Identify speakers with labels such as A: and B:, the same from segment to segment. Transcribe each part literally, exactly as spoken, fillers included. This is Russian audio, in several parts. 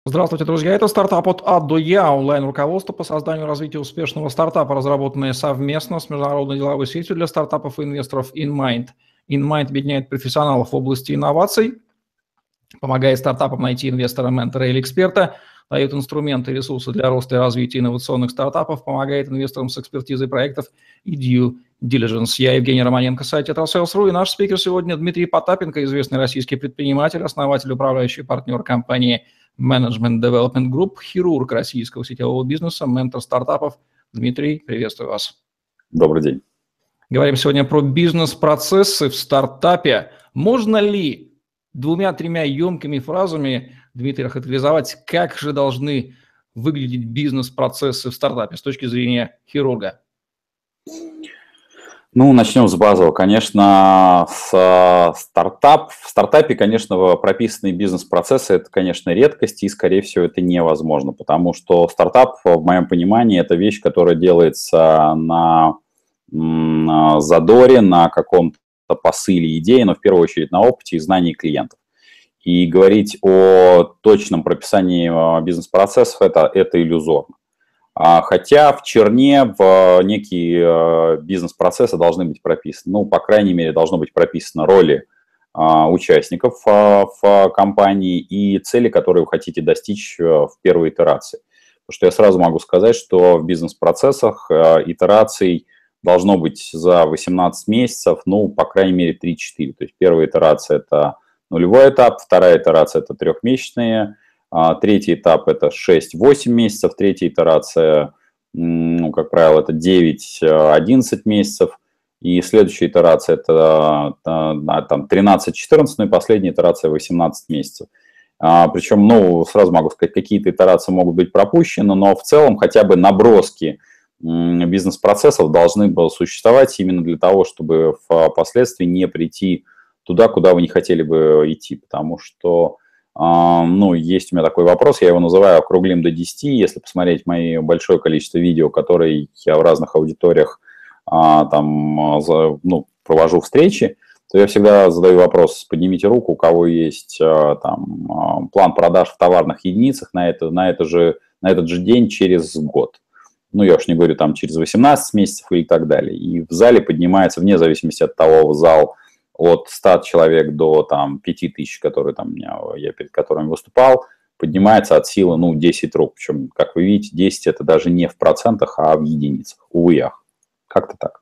A: Здравствуйте, друзья. Это стартап от А до Я, онлайн-руководство по созданию и развитию успешного стартапа, разработанное совместно с международной деловой сетью для стартапов и инвесторов InMind. InMind объединяет профессионалов в области инноваций, помогает стартапам найти инвестора, ментора или эксперта, дает инструменты и ресурсы для роста и развития инновационных стартапов, помогает инвесторам с экспертизой проектов и due diligence. Я Евгений Романенко, сайт Tetrasales точка ру, и наш спикер сегодня Дмитрий Потапенко, известный российский предприниматель, основатель, управляющий партнер компании Management Development Group, хирург российского сетевого бизнеса, ментор стартапов. Дмитрий, приветствую вас.
B: Добрый день.
A: Говорим сегодня про бизнес-процессы в стартапе. Можно ли двумя-тремя емкими фразами, Дмитрий, охарактеризовать, как же должны выглядеть бизнес-процессы в стартапе с точки зрения хирурга?
B: Ну, начнем с базового. Конечно, с стартап. В стартапе, конечно, прописанные бизнес-процессы – это, конечно, редкость, и, скорее всего, это невозможно, потому что стартап, в моем понимании, это вещь, которая делается на, на задоре, на каком-то посыле идеи, но в первую очередь на опыте и знании клиентов. И говорить о точном прописании бизнес-процессов это, – это иллюзорно. Хотя в черне в некие бизнес-процессы должны быть прописаны. Ну, по крайней мере, должно быть прописано роли участников в компании и цели, которые вы хотите достичь в первой итерации. Потому что я сразу могу сказать, что в бизнес-процессах итераций должно быть за восемнадцать месяцев, ну, по крайней мере, три-четыре. То есть первая итерация – это нулевой этап, вторая итерация – это трехмесячные. Третий этап – это шесть-восемь месяцев, третья итерация, ну, как правило, это девять-одиннадцать месяцев, и следующая итерация – это там, тринадцать-четырнадцать, ну и последняя итерация – восемнадцать месяцев. Причем, ну, сразу могу сказать, какие-то итерации могут быть пропущены, но в целом хотя бы наброски бизнес-процессов должны были существовать именно для того, чтобы впоследствии не прийти туда, куда вы не хотели бы идти, потому что ну, есть у меня такой вопрос, я его называю «округлим до десяти». Если посмотреть мое большое количество видео, которые я в разных аудиториях там, ну, провожу встречи, то я всегда задаю вопрос: поднимите руку, у кого есть там, план продаж в товарных единицах на, это, на, это же, на этот же день через год. Ну, я уж не говорю там через восемнадцать месяцев и так далее. И в зале поднимается, вне зависимости от того, зал от ста человек до там, пяти тысяч, которые там, я перед которыми выступал, поднимается от силы ну, десять рук. Причем, как вы видите, десять это даже не в процентах, а в единицах. Увы, ах. Как-то так.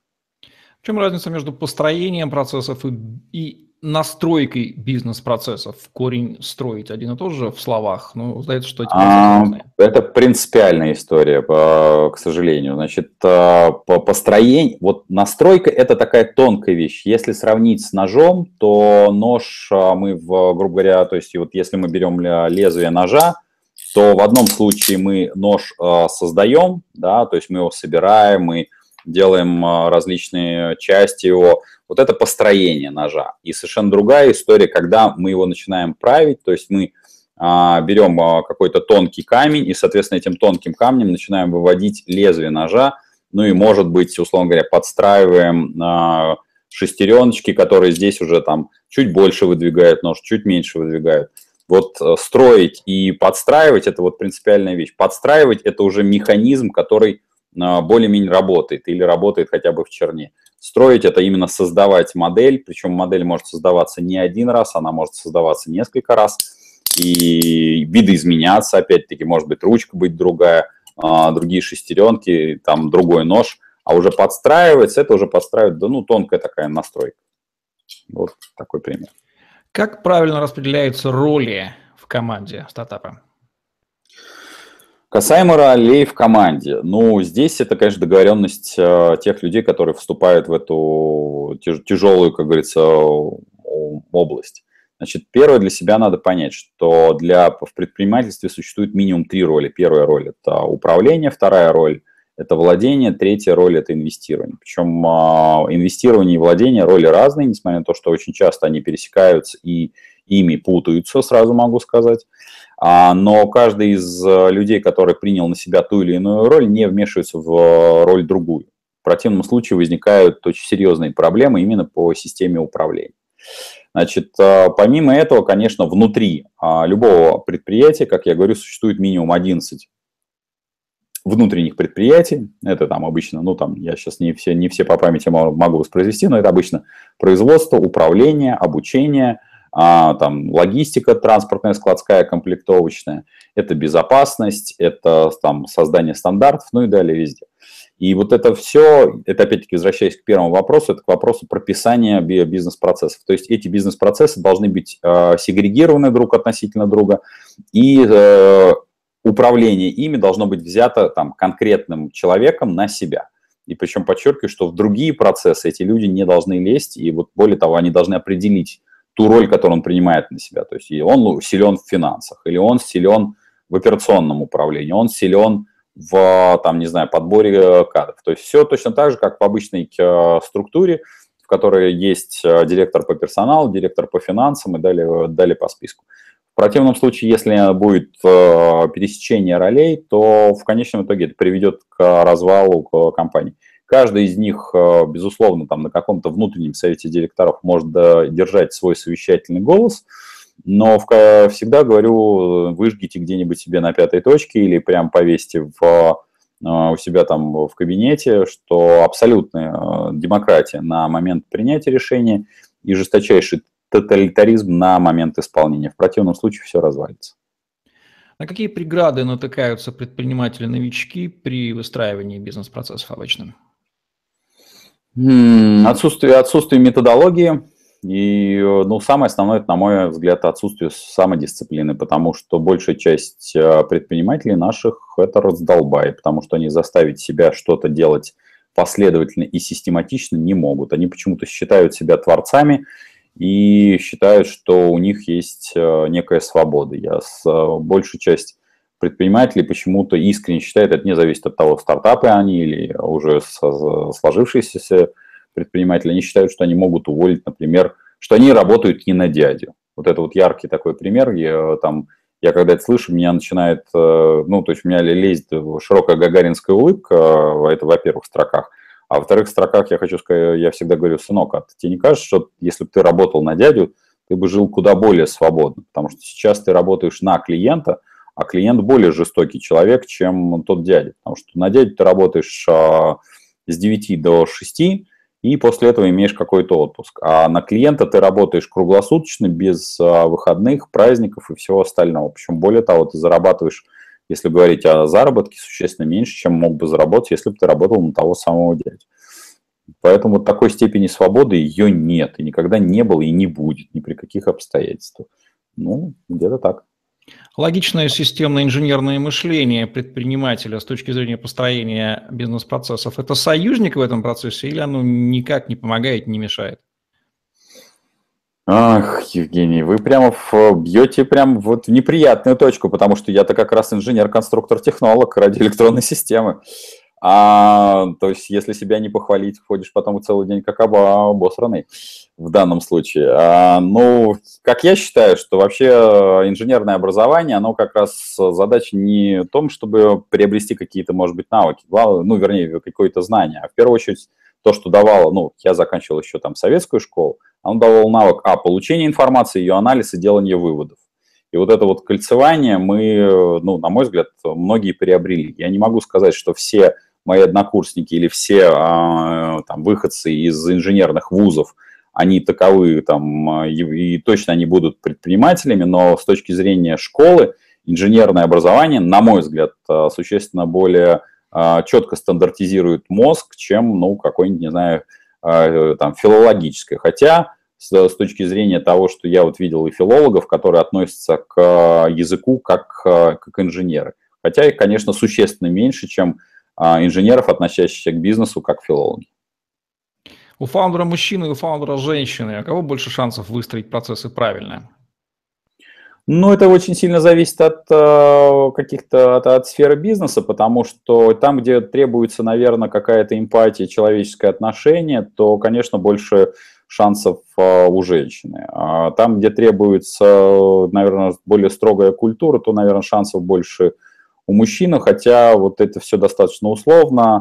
A: В чем разница между построением процессов и, и настройкой бизнес-процессов? Корень строить один и тот же в словах, но сдается, что эти процессы разные.
B: Это принципиальная история, к сожалению. Значит, по построению, вот настройка – это такая тонкая вещь. Если сравнить с ножом, то нож мы, в, грубо говоря, то есть вот если мы берем лезвие ножа, то в одном случае мы нож создаем, да, то есть мы его собираем, мы делаем различные части его. Вот это построение ножа. И совершенно другая история, когда мы его начинаем править, то есть мы а, берем а, какой-то тонкий камень и, соответственно, этим тонким камнем начинаем выводить лезвие ножа, ну и, может быть, условно говоря, подстраиваем а, шестереночки, которые здесь уже там чуть больше выдвигают нож, чуть меньше выдвигают. Вот а, строить и подстраивать – это вот принципиальная вещь. Подстраивать – это уже механизм, который более-менее работает или работает хотя бы в черне. Строить – это именно создавать модель, причем модель может создаваться не один раз, она может создаваться несколько раз, и видоизменяться, опять-таки, может быть, ручка быть другая, другие шестеренки, там другой нож, а уже подстраивается, это уже подстраивает, да, ну, тонкая такая настройка. Вот такой пример.
A: Как правильно распределяются роли в команде стартапа?
B: Касаемо ролей в команде, ну, здесь это, конечно, договоренность э, тех людей, которые вступают в эту тяж, тяжелую, как говорится, область. Значит, первое, для себя надо понять, что для, в предпринимательстве существует минимум три роли. Первая роль – это управление, вторая роль – это владение, третья роль – это инвестирование. Причем э, инвестирование и владение роли разные, несмотря на то, что очень часто они пересекаются и ими путаются, сразу могу сказать. Но каждый из людей, который принял на себя ту или иную роль, не вмешивается в роль другую. В противном случае возникают очень серьезные проблемы именно по системе управления. Значит, помимо этого, конечно, внутри любого предприятия, как я говорю, существует минимум одиннадцать внутренних предприятий. Это там обычно, ну там я сейчас не все, не все по памяти могу воспроизвести, но это обычно производство, управление, обучение, там логистика транспортная, складская, комплектовочная, это безопасность, это там создание стандартов, ну и далее везде. И вот это все, это опять-таки возвращаясь к первому вопросу, это к вопросу прописания бизнес-процессов. То есть эти бизнес-процессы должны быть э, сегрегированы друг относительно друга, и э, управление ими должно быть взято там, конкретным человеком на себя. И причем подчеркиваю, что в другие процессы эти люди не должны лезть, и вот более того, они должны определить ту роль, которую он принимает на себя. То есть он силен в финансах, или он силен в операционном управлении, он силен в, там, не знаю, подборе кадров. То есть все точно так же, как в обычной э, структуре, в которой есть э, директор по персоналу, директор по финансам и далее, далее по списку. В противном случае, если будет э, пересечение ролей, то в конечном итоге это приведет к развалу к компании. Каждый из них, э, безусловно, там, на каком-то внутреннем совете директоров может держать свой совещательный голос, но всегда говорю, выжгите где-нибудь себе на пятой точке или прям повесьте в, у себя там в кабинете, что абсолютная демократия на момент принятия решения и жесточайший тоталитаризм на момент исполнения. В противном случае все развалится.
A: На какие преграды натыкаются предприниматели-новички при выстраивании бизнес-процессов обычно?
B: Отсутствие, отсутствие методологии. И, ну, самое основное, это, на мой взгляд, отсутствие самодисциплины, потому что большая часть предпринимателей наших это раздолбай, потому что они заставить себя что-то делать последовательно и систематично не могут. Они почему-то считают себя творцами и считают, что у них есть некая свобода. Я с большей частью предпринимателей почему-то искренне считают, это не зависит от того, стартапы они или уже сложившиеся предприниматели, они считают, что они могут уволить, например, что они работают не на дядю. Вот это вот яркий такой пример. Я, там, я когда это слышу, меня начинает, ну, то есть у меня лезет широкая гагаринская улыбка, это во-первых, в строках. А во-вторых, в строках я хочу сказать, я всегда говорю, сынок, а тебе не кажется, что если бы ты работал на дядю, ты бы жил куда более свободно? Потому что сейчас ты работаешь на клиента, а клиент более жестокий человек, чем тот дядя. Потому что на дядю ты работаешь а, с девяти до шести, и после этого имеешь какой-то отпуск. А на клиента ты работаешь круглосуточно, без а, выходных, праздников и всего остального. Причем, более того, ты зарабатываешь, если говорить о заработке, существенно меньше, чем мог бы заработать, если бы ты работал на того самого дядю. Поэтому такой степени свободы ее нет, и никогда не было, и не будет, ни при каких обстоятельствах. Ну, где-то так.
A: Логичное системное инженерное мышление предпринимателя с точки зрения построения бизнес-процессов – это союзник в этом процессе или оно никак не помогает, не мешает?
B: Ах, Евгений, вы прямо бьете прям вот в неприятную точку, потому что я-то как раз инженер-конструктор-технолог радиоэлектронной системы. А, то есть, если себя не похвалить, ходишь потом целый день как обосранный в данном случае. А, ну, как я считаю, что вообще инженерное образование, оно как раз задача не в том, чтобы приобрести какие-то, может быть, навыки, ну, вернее, какое-то знание, а в первую очередь то, что давало, ну, я заканчивал еще там советскую школу, оно давало навык, а, получения информации, ее анализ и делание выводов. И вот это вот кольцевание мы, ну, на мой взгляд, многие приобрели. Я не могу сказать, что все мои однокурсники или все а, там, выходцы из инженерных вузов, они таковы там, и, и точно они будут предпринимателями, но с точки зрения школы инженерное образование, на мой взгляд, существенно более а, четко стандартизирует мозг, чем, ну, какой-нибудь, не знаю, а, там, филологическое. Хотя с, с точки зрения того, что я вот видел и филологов, которые относятся к языку как, как инженеры. Хотя их, конечно, существенно меньше, чем инженеров, относящихся к бизнесу, как филологи.
A: У фаундера мужчины и у фаундера женщины, у кого больше шансов выстроить процессы правильно?
B: Ну, это очень сильно зависит от э, каких-то, от, от сферы бизнеса, потому что там, где требуется, наверное, какая-то эмпатия, человеческое отношение, то, конечно, больше шансов э, у женщины. А там, где требуется, наверное, более строгая культура, то, наверное, шансов больше у мужчины, хотя вот это все достаточно условно,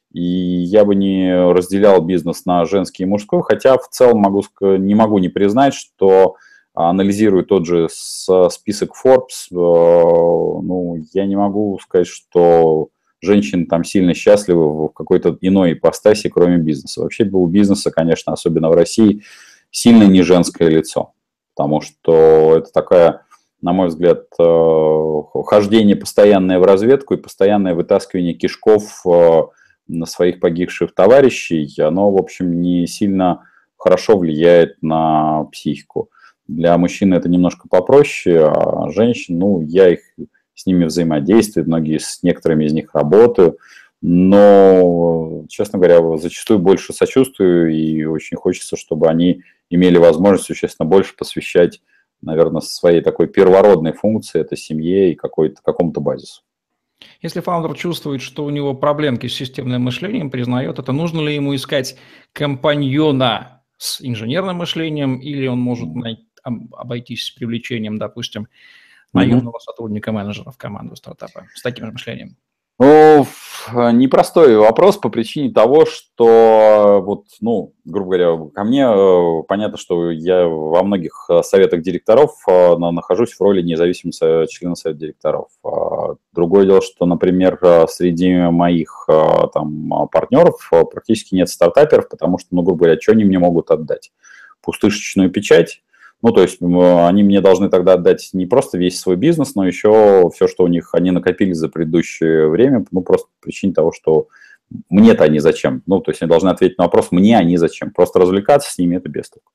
B: И я бы не разделял бизнес на женский и мужской, хотя в целом могу, не могу не признать, что анализируя тот же список Forbes, ну, я не могу сказать, что женщины там сильно счастливы в какой-то иной ипостаси, кроме бизнеса. Вообще у бизнеса, конечно, особенно в России, сильно не женское лицо, потому что это такая, на мой взгляд, хождение постоянное в разведку и постоянное вытаскивание кишков на своих погибших товарищей, оно, в общем, не сильно хорошо влияет на психику. Для мужчин это немножко попроще, а женщин, ну, я их с ними взаимодействую, многие с некоторыми из них работаю, но, честно говоря, зачастую больше сочувствую и очень хочется, чтобы они имели возможность существенно больше посвящать, наверное, своей такой первородной функции, это семье и какой-то, какому-то базису.
A: Если фаундер чувствует, что у него проблемки с системным мышлением, признает это, нужно ли ему искать компаньона с инженерным мышлением, или он может найти, обойтись привлечением, допустим, наемного mm-hmm. сотрудника-менеджера в команду стартапа с таким же мышлением?
B: Ну, непростой вопрос по причине того, что, вот, ну, грубо говоря, ко мне понятно, что я во многих советах директоров нахожусь в роли независимого члена совета директоров. Другое дело, что, например, среди моих там партнеров практически нет стартаперов, потому что, ну, грубо говоря, что они мне могут отдать? Пустышечную печать. Ну, то есть они мне должны тогда отдать не просто весь свой бизнес, но еще все, что у них они накопили за предыдущее время, ну, просто по причине того, что мне-то они зачем. Ну, то есть они должны ответить на вопрос, мне они зачем. Просто развлекаться с ними – это без толку.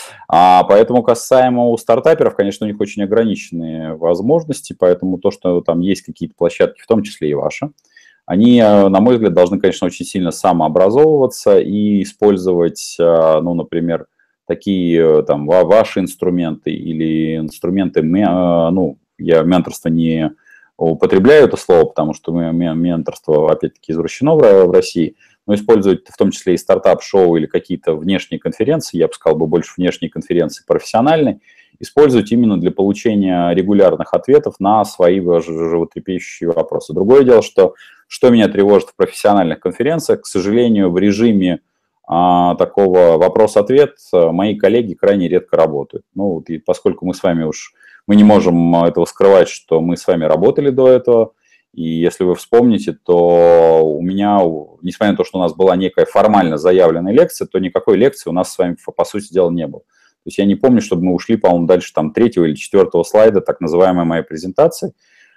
B: А поэтому касаемо у стартаперов, конечно, у них очень ограниченные возможности, поэтому то, что там есть какие-то площадки, в том числе и ваши, они, на мой взгляд, должны, конечно, очень сильно самообразовываться и использовать, ну, например, такие там ваши инструменты или инструменты, ну, я менторство не употребляю это слово, потому что менторство, опять-таки, извращено в России, но использовать в том числе и стартап-шоу или какие-то внешние конференции, я бы сказал бы больше внешние конференции профессиональные, использовать именно для получения регулярных ответов на свои животрепещущие вопросы. Другое дело, что, что меня тревожит в профессиональных конференциях, к сожалению, в режиме А, такого вопрос-ответ мои коллеги крайне редко работают. Ну, и поскольку мы с вами уж, мы не можем этого скрывать, что мы с вами работали до этого, и если вы вспомните, то у меня, несмотря на то, что у нас была некая формально заявленная лекция, то никакой лекции у нас с вами, по сути дела, не было. То есть я не помню, чтобы мы ушли, по-моему, дальше там третьего или четвертого слайда, так называемой моей презентации,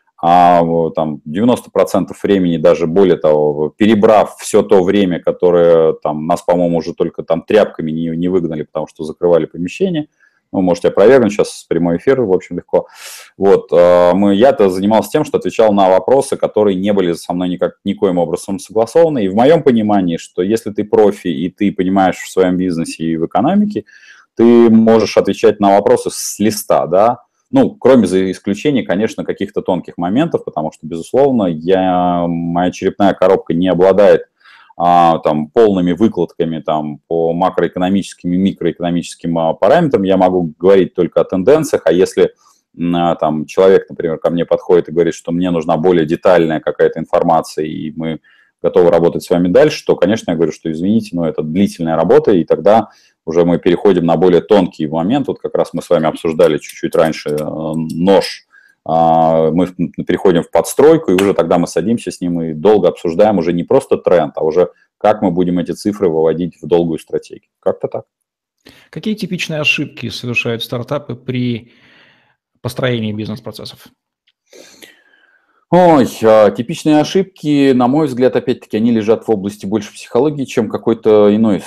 B: а там девяносто процентов времени, даже более того, перебрав все то время, которое там нас, по-моему, уже только там тряпками не, не выгнали, потому что закрывали помещение. Ну, можете опровергнуть, сейчас прямой эфир, в общем, легко. Вот, мы, я-то занимался тем, что отвечал на вопросы, которые не были со мной никак, никоим образом согласованы. И в моем понимании, что если ты профи и ты понимаешь в своем бизнесе и в экономике, ты можешь отвечать на вопросы с листа, да. Ну, кроме за исключения, конечно, каких-то тонких моментов, потому что, безусловно, я, моя черепная коробка не обладает а, там, полными выкладками там, по макроэкономическим и микроэкономическим а, параметрам. Я могу говорить только о тенденциях, а если а, там, человек, например, ко мне подходит и говорит, что мне нужна более детальная какая-то информация, и мы готовы работать с вами дальше, то, конечно, я говорю, что извините, но это длительная работа, и тогда уже мы переходим на более тонкий момент. Вот как раз мы с вами обсуждали чуть-чуть раньше нож. Мы переходим в подстройку, и уже тогда мы садимся с ним и долго обсуждаем уже не просто тренд, а уже как мы будем эти цифры выводить в долгую стратегию. Как-то так.
A: Какие типичные ошибки совершают стартапы при построении бизнес-процессов?
B: Ой, типичные ошибки, на мой взгляд, опять-таки, они лежат в области больше психологии, чем какой-то иной,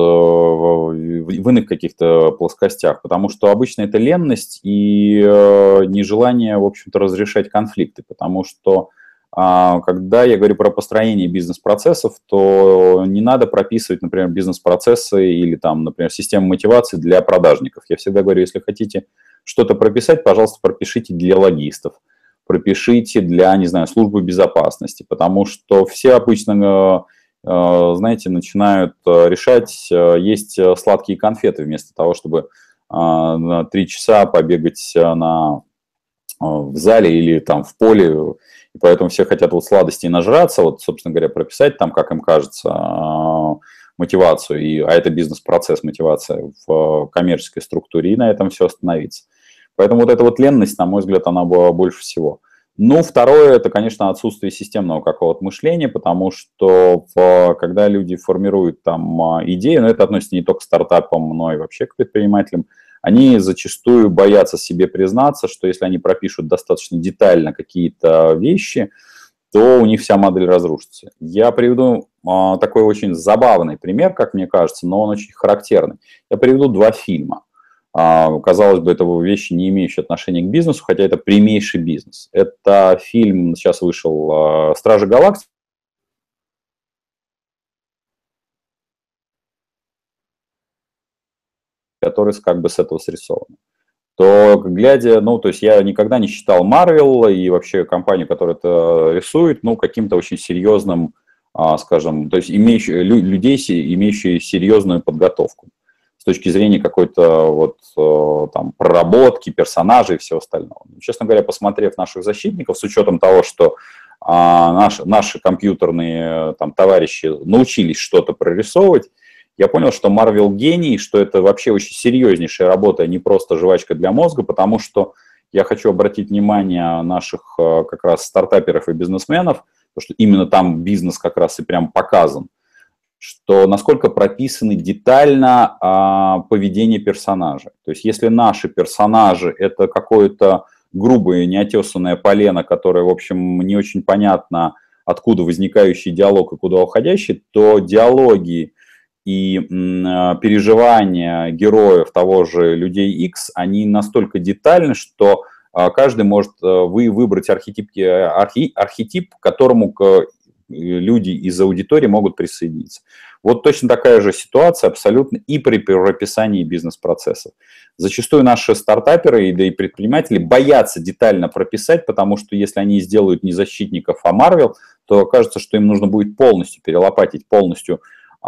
B: в иных каких-то плоскостях, потому что обычно это ленность и нежелание, в общем-то, разрешать конфликты, потому что когда я говорю про построение бизнес-процессов, то не надо прописывать, например, бизнес-процессы или там, например, систему мотивации для продажников. Я всегда говорю, если хотите что-то прописать, пожалуйста, пропишите для логистов. Пропишите для, не знаю, службы безопасности, потому что все обычно, знаете, начинают решать, есть сладкие конфеты вместо того, чтобы на три часа побегать на в зале или там в поле, и поэтому все хотят вот сладостей нажраться, вот, собственно говоря, прописать там, как им кажется, мотивацию, и, а это бизнес-процесс, мотивация в коммерческой структуре, и на этом все остановиться. Поэтому вот эта вот ленность, на мой взгляд, она была больше всего. Ну, второе, это, конечно, отсутствие системного какого-то мышления, потому что в, когда люди формируют там идеи, но это относится не только к стартапам, но и вообще к предпринимателям, они зачастую боятся себе признаться, что если они пропишут достаточно детально какие-то вещи, то у них вся модель разрушится. Я приведу а, такой очень забавный пример, как мне кажется, но он очень характерный. Я приведу два фильма. А, казалось бы, это вещи, не имеющие отношения к бизнесу, хотя это прямейший бизнес. Это фильм, сейчас вышел а, «Стражи Галактики», который как бы с этого срисован. То, глядя, ну, то есть я никогда не считал Marvel и вообще компанию, которая это рисует, ну, каким-то очень серьезным, а, скажем, то есть имеющий, людей, имеющие серьезную подготовку с точки зрения какой-то вот там проработки персонажей и всего остального. Честно говоря, посмотрев наших защитников, с учетом того, что а, наши, наши компьютерные там товарищи научились что-то прорисовывать, я понял, что Marvel гений, что это вообще очень серьезнейшая работа, а не просто жвачка для мозга, потому что я хочу обратить внимание наших как раз стартаперов и бизнесменов, потому что именно там бизнес как раз и прям показан, что насколько прописаны детально а, поведение персонажа. То есть если наши персонажи – это какое-то грубое, неотесанное полено, которое, в общем, не очень понятно, откуда возникающий диалог и куда уходящий, то диалоги и переживания героев того же Людей Икс, они настолько детальны, что каждый может вы выбрать архетип, архетип, к которому люди из аудитории могут присоединиться. Вот точно такая же ситуация абсолютно и при прописании бизнес-процессов. Зачастую наши стартаперы, да и предприниматели боятся детально прописать, потому что если они сделают не защитников, а Marvel, то кажется, что им нужно будет полностью перелопатить, полностью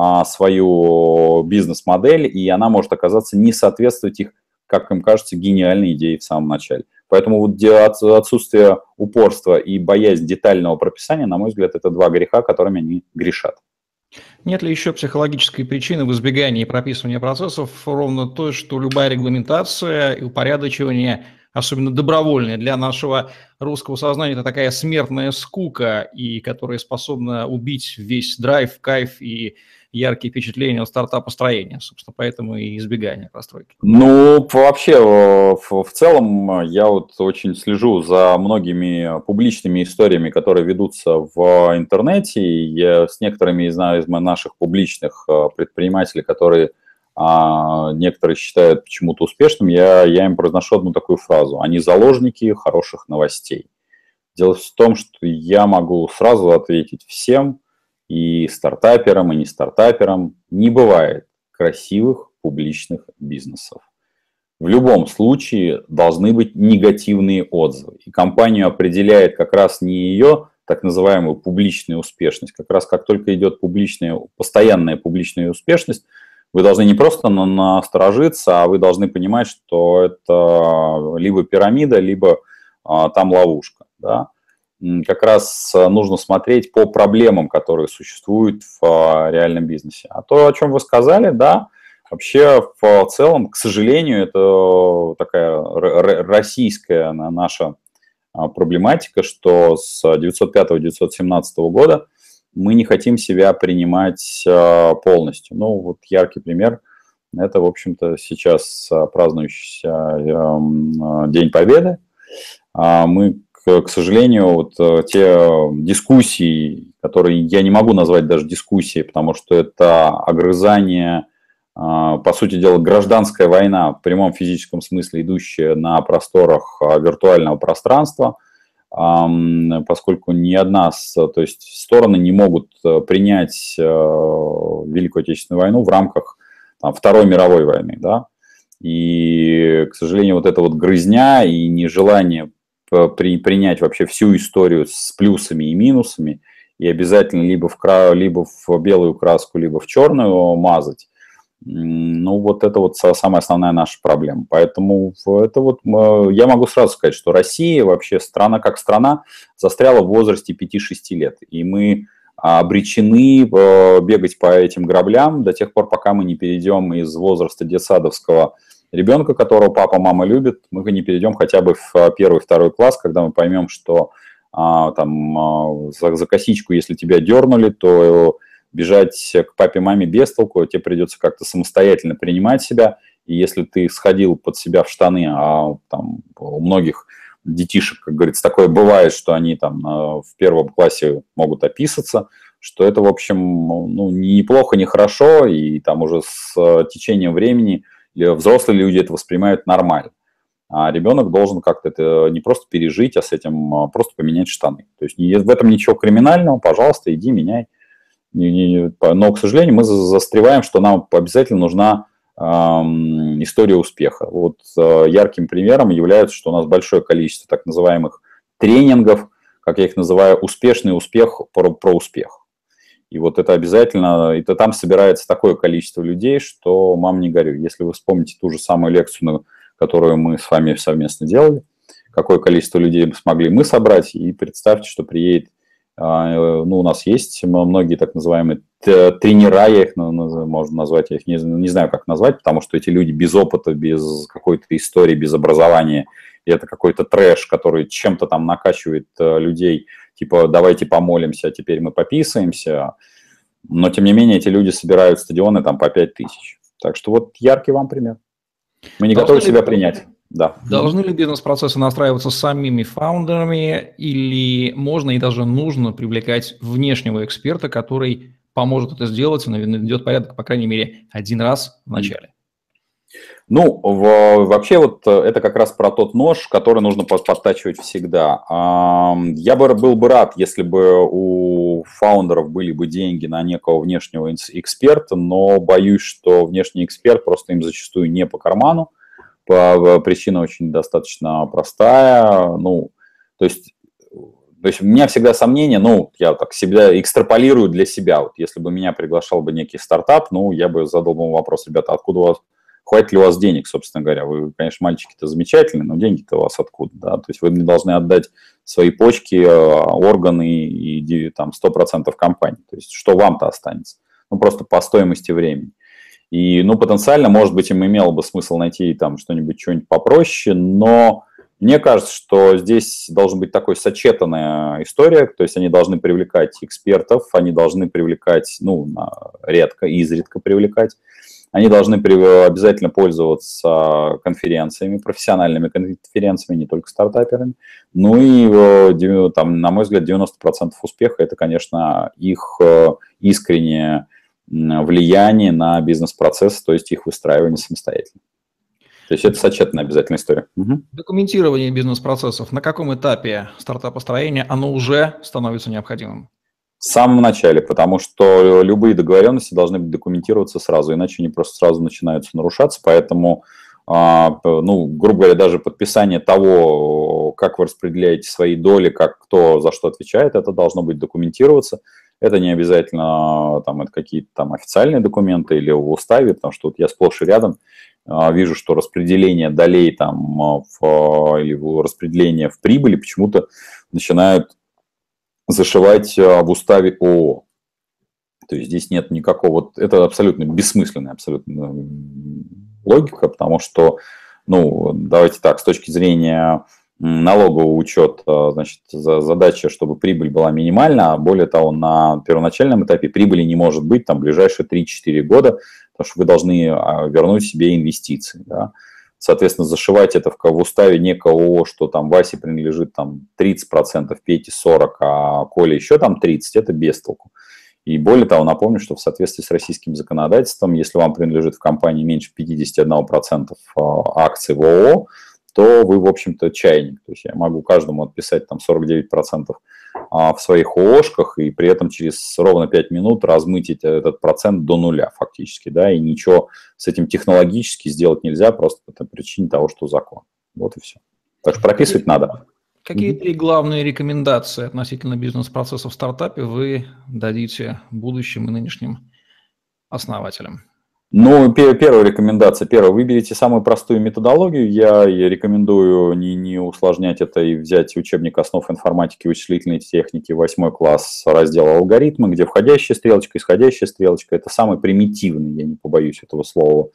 B: свою бизнес-модель, и она может оказаться не соответствовать их, как им кажется, гениальной идее в самом начале. Поэтому вот отсутствие упорства и боязнь детального прописания, на мой взгляд, это два греха, которыми они грешат.
A: Нет ли еще психологической причины в избегании прописывания процессов ровно то, что любая регламентация и упорядочивание, особенно добровольное для нашего русского сознания, это такая смертная скука, и которая способна убить весь драйв, кайф и яркие впечатления от стартапостроения, собственно, поэтому и избегание простройки.
B: Ну, вообще, в, в целом, я вот очень слежу за многими публичными историями, которые ведутся в интернете. Я с некоторыми из, из наших публичных предпринимателей, которые а, некоторые считают почему-то успешным, я, я им произношу одну такую фразу: они заложники хороших новостей. Дело в том, что я могу сразу ответить всем, и стартаперам, и не стартаперам: не бывает красивых публичных бизнесов. В любом случае должны быть негативные отзывы. И компанию определяет как раз не ее так называемую публичную успешность. Как раз как только идет публичная, постоянная публичная успешность, вы должны не просто насторожиться, а вы должны понимать, что это либо пирамида, либо а, там ловушка. Да? Как раз нужно смотреть по проблемам, которые существуют в реальном бизнесе. А то, о чем вы сказали, да, вообще в целом, к сожалению, это такая российская наша проблематика, что с девятьсот пятого — девятьсот семнадцатого года мы не хотим себя принимать полностью. Ну, вот яркий пример – это, в общем-то, сейчас празднующийся День Победы. Мы, к сожалению, вот те дискуссии, которые я не могу назвать даже дискуссией, потому что это огрызание, по сути дела, гражданская война в прямом физическом смысле, идущая на просторах виртуального пространства, поскольку ни одна, то есть стороны не могут принять Великую Отечественную войну в рамках там, Второй мировой войны, да, и, к сожалению, вот эта вот грызня и нежелание при, принять вообще всю историю с плюсами и минусами и обязательно либо в, кра, либо в белую краску, либо в черную мазать, Ну, вот это вот самая основная наша проблема. Поэтому это вот я могу сразу сказать, что Россия вообще страна как страна застряла в возрасте пяти-шести лет. И мы обречены бегать по этим граблям до тех пор, пока мы не перейдем из возраста детсадовского ребенка, которого папа, мама любит, мы не перейдем хотя бы в первый-второй класс, когда мы поймем, что а, там за, за косичку, если тебя дернули, то бежать к папе, маме без толку, тебе придется как-то самостоятельно принимать себя, и если ты сходил под себя в штаны, а там у многих детишек, как говорится, такое бывает, что они там в первом классе могут описаться, что это, в общем, ну, ни плохо, ни хорошо, и там уже с течением времени взрослые люди это воспринимают нормально. А ребенок должен как-то это не просто пережить, а с этим просто поменять штаны. То есть в этом ничего криминального, пожалуйста, иди, меняй. Но, к сожалению, мы застреваем, что нам обязательно нужна э, история успеха. Вот э, ярким примером является, что у нас большое количество так называемых тренингов, как я их называю, успешный успех про, про успех. И вот это обязательно, это там собирается такое количество людей, что, мам, не горюй. Если вы вспомните ту же самую лекцию, которую мы с вами совместно делали, какое количество людей смогли мы собрать, и представьте, что приедет. Ну, у нас есть многие так называемые тренера, я их можно назвать, я их не, не знаю, как назвать, потому что эти люди без опыта, без какой-то истории, без образования, и это какой-то трэш, который чем-то там накачивает людей, типа давайте помолимся, а теперь мы пописаемся, но тем не менее эти люди собирают стадионы там по пять тысяч. Так что вот яркий вам пример. Мы не Должны готовы себя принять. Да.
A: Должны ли бизнес-процессы настраиваться самими фаундерами или можно и даже нужно привлекать внешнего эксперта, который поможет это сделать и наведет порядок, по крайней мере, один раз в начале?
B: Ну, в, вообще вот это как раз про тот нож, который нужно подтачивать всегда. Я бы был бы рад, если бы у фаундеров были бы деньги на некого внешнего эксперта, но боюсь, что внешний эксперт просто им зачастую не по карману. Причина очень достаточно простая. Ну, то есть, то есть у меня всегда сомнения, ну, я так себя экстраполирую для себя. Вот если бы меня приглашал бы некий стартап, ну, я бы задал бы вопрос, ребята, откуда у вас, хватит ли у вас денег, собственно говоря? Вы, конечно, мальчики-то замечательные, но деньги-то у вас откуда, да? То есть вы мне должны отдать свои почки, органы и там сто процентов компании. То есть что вам-то останется? Ну, просто по стоимости времени. И, ну, потенциально, может быть, им имело бы смысл найти там что-нибудь, что-нибудь попроще, но мне кажется, что здесь должна быть такой сочетанная история, то есть они должны привлекать экспертов, они должны привлекать, ну, редко, изредка привлекать, они должны обязательно пользоваться конференциями, профессиональными конференциями, не только стартаперами. Ну и, там, на мой взгляд, девяносто процентов успеха – это, конечно, их искреннее влияние на бизнес-процесс, то есть их выстраивание самостоятельно. То есть это сочетанная обязательная история. Угу.
A: Документирование бизнес-процессов. На каком этапе стартапостроения оно уже становится необходимым?
B: В самом начале, потому что любые договоренности должны быть документироваться сразу, иначе они просто сразу начинаются нарушаться. Поэтому, ну, грубо говоря, даже подписание того, как вы распределяете свои доли, как кто за что отвечает, это должно быть документироваться. Это не обязательно там, это какие-то там официальные документы или в уставе, потому что вот я сплошь и рядом а, вижу, что распределение долей там, в, или распределение в прибыли почему-то начинают зашивать в уставе ООО. То есть здесь нет никакого... Это абсолютно бессмысленная абсолютно логика, потому что, ну, давайте так, с точки зрения налогового учета, значит, задача, чтобы прибыль была минимальна, а более того, на первоначальном этапе прибыли не может быть там в ближайшие три-четыре года, потому что вы должны вернуть себе инвестиции, да. Соответственно, зашивать это в, в уставе некого, что там Васе принадлежит там тридцать процентов, Пете сорок процентов, а Коле еще там тридцать процентов, это без толку. И более того, напомню, что в соответствии с российским законодательством, если вам принадлежит в компании меньше пятьдесят один процент акций в ООО, то вы, в общем-то, чайник. То есть я могу каждому отписать там сорок девять процентов в своих ООшках и при этом через ровно пять минут размыть этот процент до нуля фактически, да, и ничего с этим технологически сделать нельзя просто по причине того, что закон. Вот и все. Так что прописывать
A: Какие,
B: надо.
A: Какие три главные рекомендации относительно бизнес-процессов в стартапе вы дадите будущим и нынешним основателям?
B: Ну, первая рекомендация. Первое, выберите самую простую методологию. Я рекомендую не, не усложнять это и взять учебник основ информатики и вычислительной техники, восьмой класс, раздел алгоритмы, где входящая стрелочка, исходящая стрелочка. Это самый примитивный, я не побоюсь этого слова,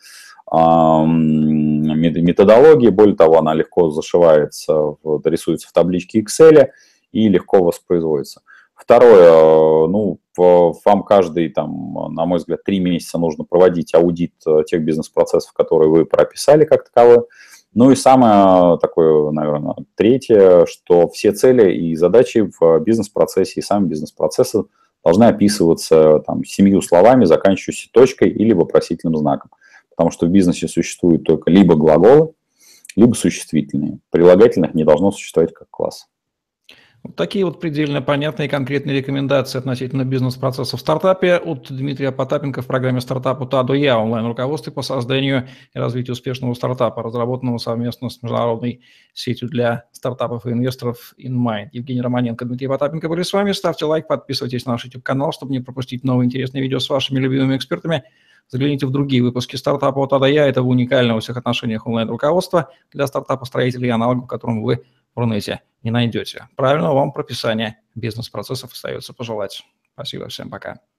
B: методологии. Более того, она легко зашивается, рисуется в табличке Excel и легко воспроизводится. Второе, ну, вам каждый, там, на мой взгляд, три месяца нужно проводить аудит тех бизнес-процессов, которые вы прописали как таковые. Ну и самое такое, наверное, третье, что все цели и задачи в бизнес-процессе и сами бизнес-процессы должны описываться там, семью словами, заканчивающимися точкой или вопросительным знаком. Потому что в бизнесе существуют только либо глаголы, либо существительные. Прилагательных не должно существовать как класс.
A: Вот такие вот предельно понятные и конкретные рекомендации относительно бизнес-процесса в стартапе от Дмитрия Потапенко в программе «Стартап от А до Я» онлайн-руководстве по созданию и развитию успешного стартапа, разработанного совместно с международной сетью для стартапов и инвесторов InMind. Евгений Романенко, Дмитрий Потапенко были с вами. Ставьте лайк, подписывайтесь на наш YouTube-канал, чтобы не пропустить новые интересные видео с вашими любимыми экспертами. Загляните в другие выпуски «Стартапа от А до Я». Это уникальное во всех отношениях онлайн-руководство для стартапа-строителей, аналогов которому вы в Рунете не найдете. Правильного вам прописания бизнес-процессов остается пожелать. Спасибо, всем пока.